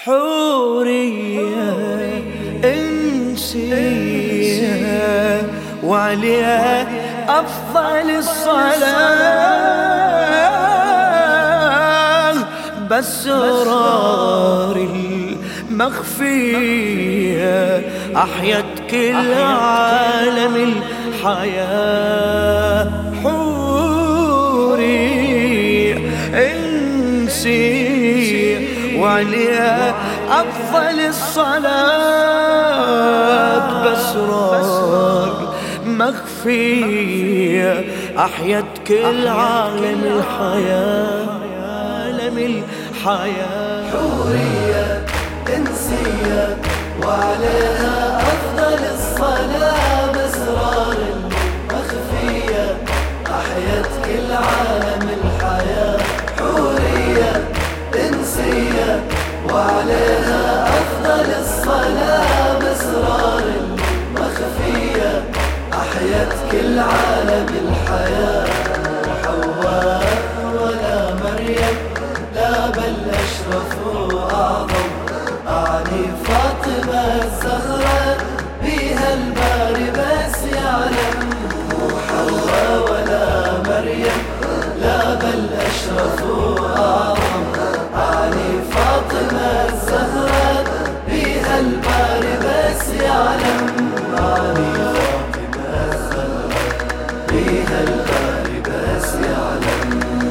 حورية إنسية وعليها أفضل الصلاة، بأسرار المخفية أحيت كل عالم الحياة. حورية إنسية وعليها أفضل الصلاة، بأسرار مخفية أحيت كل عالم الحياة، عالم الحياة. حورية إنسية وعليها أفضل الصلاة، بأسرار مخفية أحيت كل عالم الحياة. حورية إنسية وعليها أفضل الصلاة، بأسرار مخفية أحيت كل عالم الحياة. حواء ولا مريم، لا بل أشرف وأعظم، أعني فاطمة الزهراء، بيها الباري بس يعلم. مو حواء ولا مريم، لا بل أشرف وأعظم، أعني فاطمة الزهراء، بيها الباري بس يعلم. أعني فاطمة الزهراء، بيها الباري بس يعلم.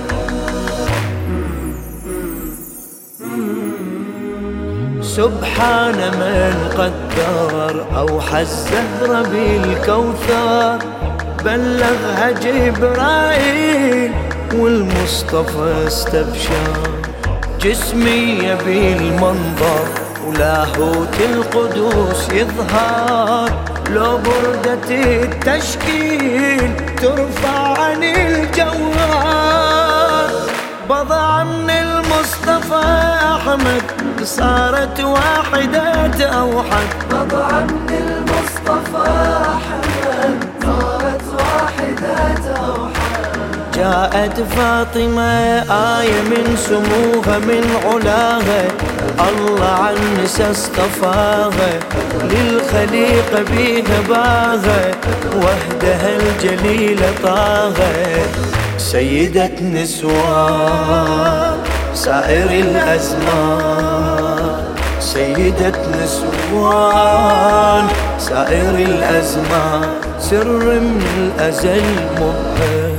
سبحان من قدر أوحى الزهر بالكوثر، بلغها جبرائيل والمصطفى استبشر. جسمي بالمنظر ولاهوت القدوس يظهر، لو بردة التشكيل ترفع عن الجوهر. بضع من المصطفى أحمد صارت واحدة أوحد، بضع من المصطفى أحمد صارت واحدة أوحد. جاءت فاطمة آية من سموها من علاها، الله عن نسى اصطفاها، للخليقة بيها باها، وحدها الجليلة طاها. سيدة نسوان سائر الأزمان، سيدة نسوان سائر الأزمان، سر من الأزل مبهم.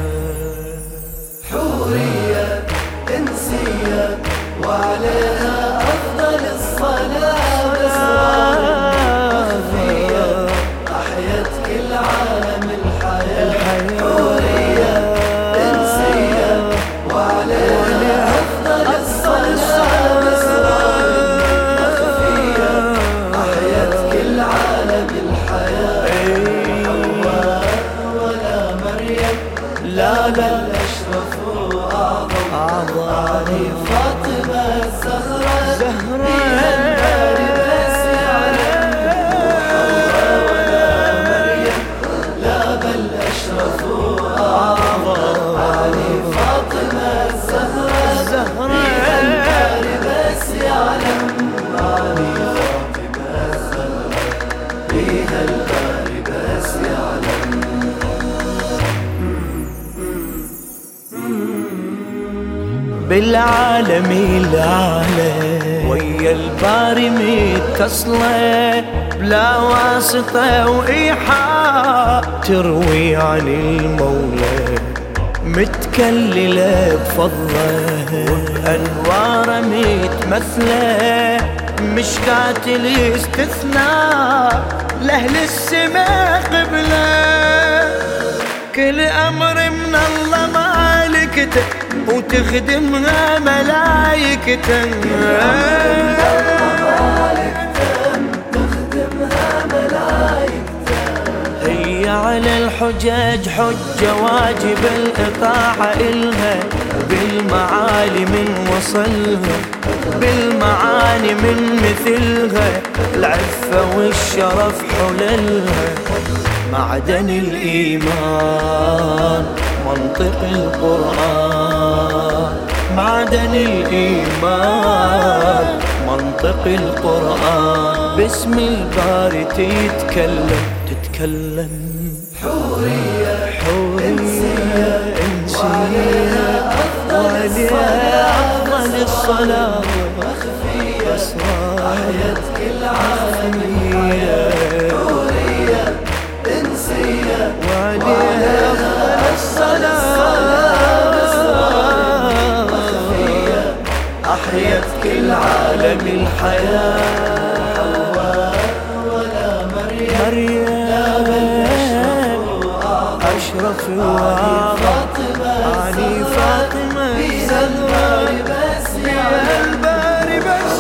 حورية إنسية وعليها أفضل الصلاة، بأسرار مخفية أحيت كل عالم الحياة. حورية إنسية وعليها أفضل الصلاة، بأسرار مخفية أحيت كل عالم الحياة. حواء ولا مريم، لا بل أشرف وأعظم، أعني فاطمة الزهراء، بيها الباري بس يعلم. حواء ولا مريم، لا بل أشرف وأعظم، أعني فاطمة الزهراء، بيها الباري بس يعلم. أعني فاطمة الزهراء، بيها الباري بس يعلم. بالعالم الأعلى ويا الباري متصلة، بلا واسطة وإيحاء تروي عن المولى، متكللة بفضله وبأنواره متمثلة، مشكاة الاستثناء لأهل السماء قبلة. كل أمر من الله مالكته وتخدمها ملايكته، هي على الحجاج حجة واجب الإطاعة إلها، بالمعالي من وصلها، بالمعاني من مثلها، العفة والشرف حللها، معدن الإيمان منطق القرآن، معدن الإيمان منطق ننطق القرآن باسم الباري تتكلم حورية حورية وعليها أفضل الصلاة مخفية أحيت كل عالمية حورية إنسية وعليها أفضل الصلاة مخفية أحيت كل عالم الحياة ولا مريم أشرف وأعظم علي فاطمة الباري بس الباري بس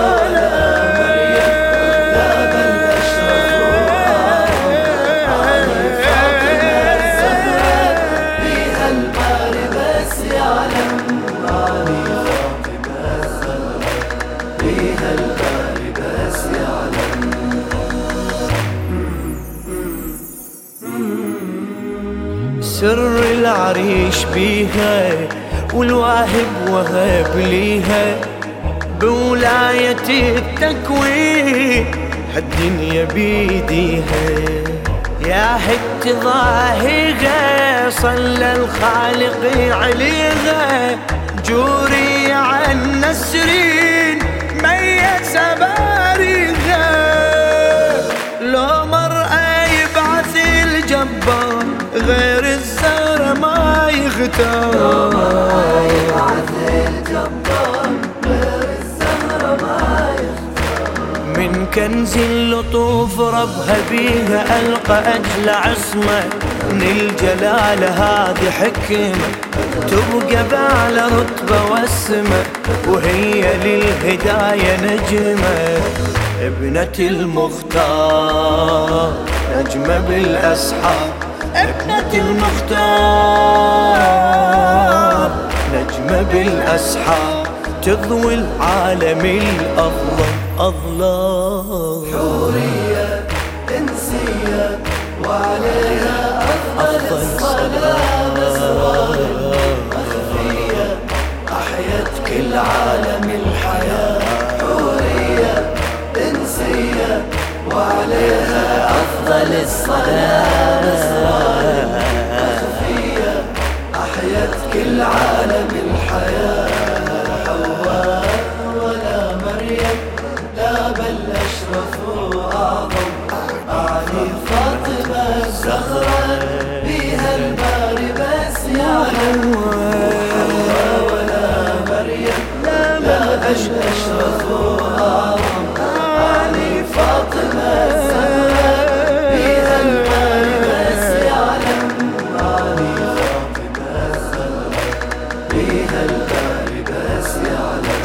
سر العريش بيها والواهب وهب ليها بولاية التكوين هالدنيا بيديها يا هت ظاهرها صلى الخالق عليها جوري عن نسرين ميز باريها لو مرأة يبعث الجبار غير الزهر ما يختار من كنز اللطوف ربها بيها ألقى أجل عصمة من الجلال هذه حكمة تبقى بعلى رتبة واسمة وهي للهداية نجمة ابنة المختار نجمة بالأسحار ابنة المختار نجمة بالأسحار تضوي العالم الأظلم أظلم حورية إنسية وعليها أفضل الصلاة مخفية أحيت كل عالم الحياة حورية إنسية وعليها أفضل الصلاة مخفية أحيت كل عالم الحياة حواء ولا مريم لا بل أشرف وأعظم أعني فاطمة الزهراء بيها الباري بس يعلم حواء ولا مريم لا بل أشرف وأعظم أعني فاطمة الزهراء بيها الباري بس يعلم أعني فاطمة الزهراء بيها الباري بس يعلم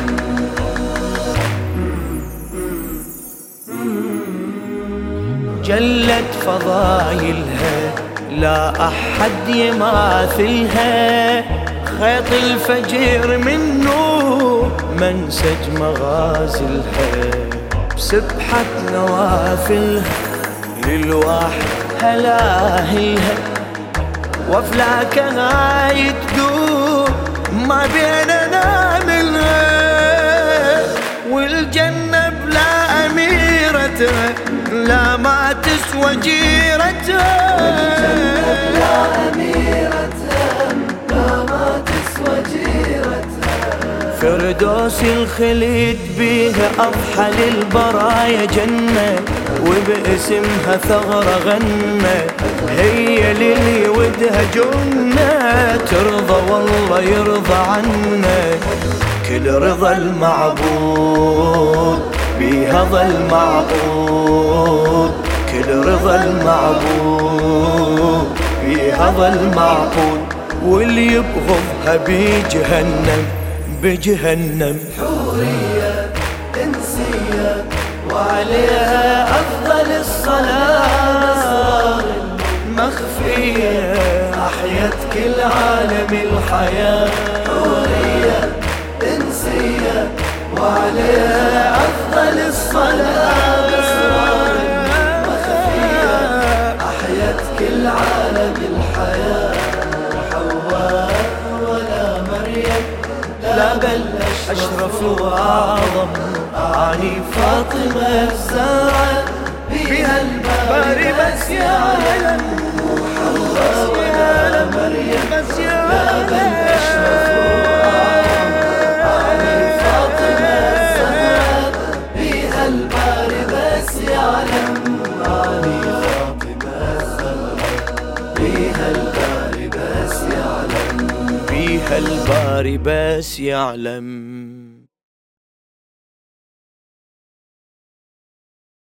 جلت فضايلها لا أحد يماثلها خيط الفجر من نور منسج مغازلها بسبحة نوافلها للواحد هلاهلها وافلاكها يتدور ما بيننا منها والجنة بلا أميرتها لا ما تسوى جيرتها لا أميرتها لا ما تسوى جيرتها فردوس الخليد بيها أضحى للبرايا جنة وباسمها ثغرة غنى هي للي ودها جنة ترضى والله يرضى عنا كل رضا المعبود بيها ظل معبود كل رضا المعبود بيها ظل معبود واللي يبغضها بجهنم حورية إنسية وعليها أفضل الصلاة مخفية أحيت كل عالم الحياة حورية إنسية وعليها أفضل الصلاة مخفية أحيت كل عالم الحياة حواء ولا مريم لا بل أشرف وأعظم عني فاطمة الزهرة بيها الباري بس يعلم حواء ولا مريم بس يا بابا أشرف وأعظم عني فاطمة الزهرة بيها الباري بس يعلم عني فاطمة الزهرة بيها الباري بس يعلم بيها الباري بس يعلم.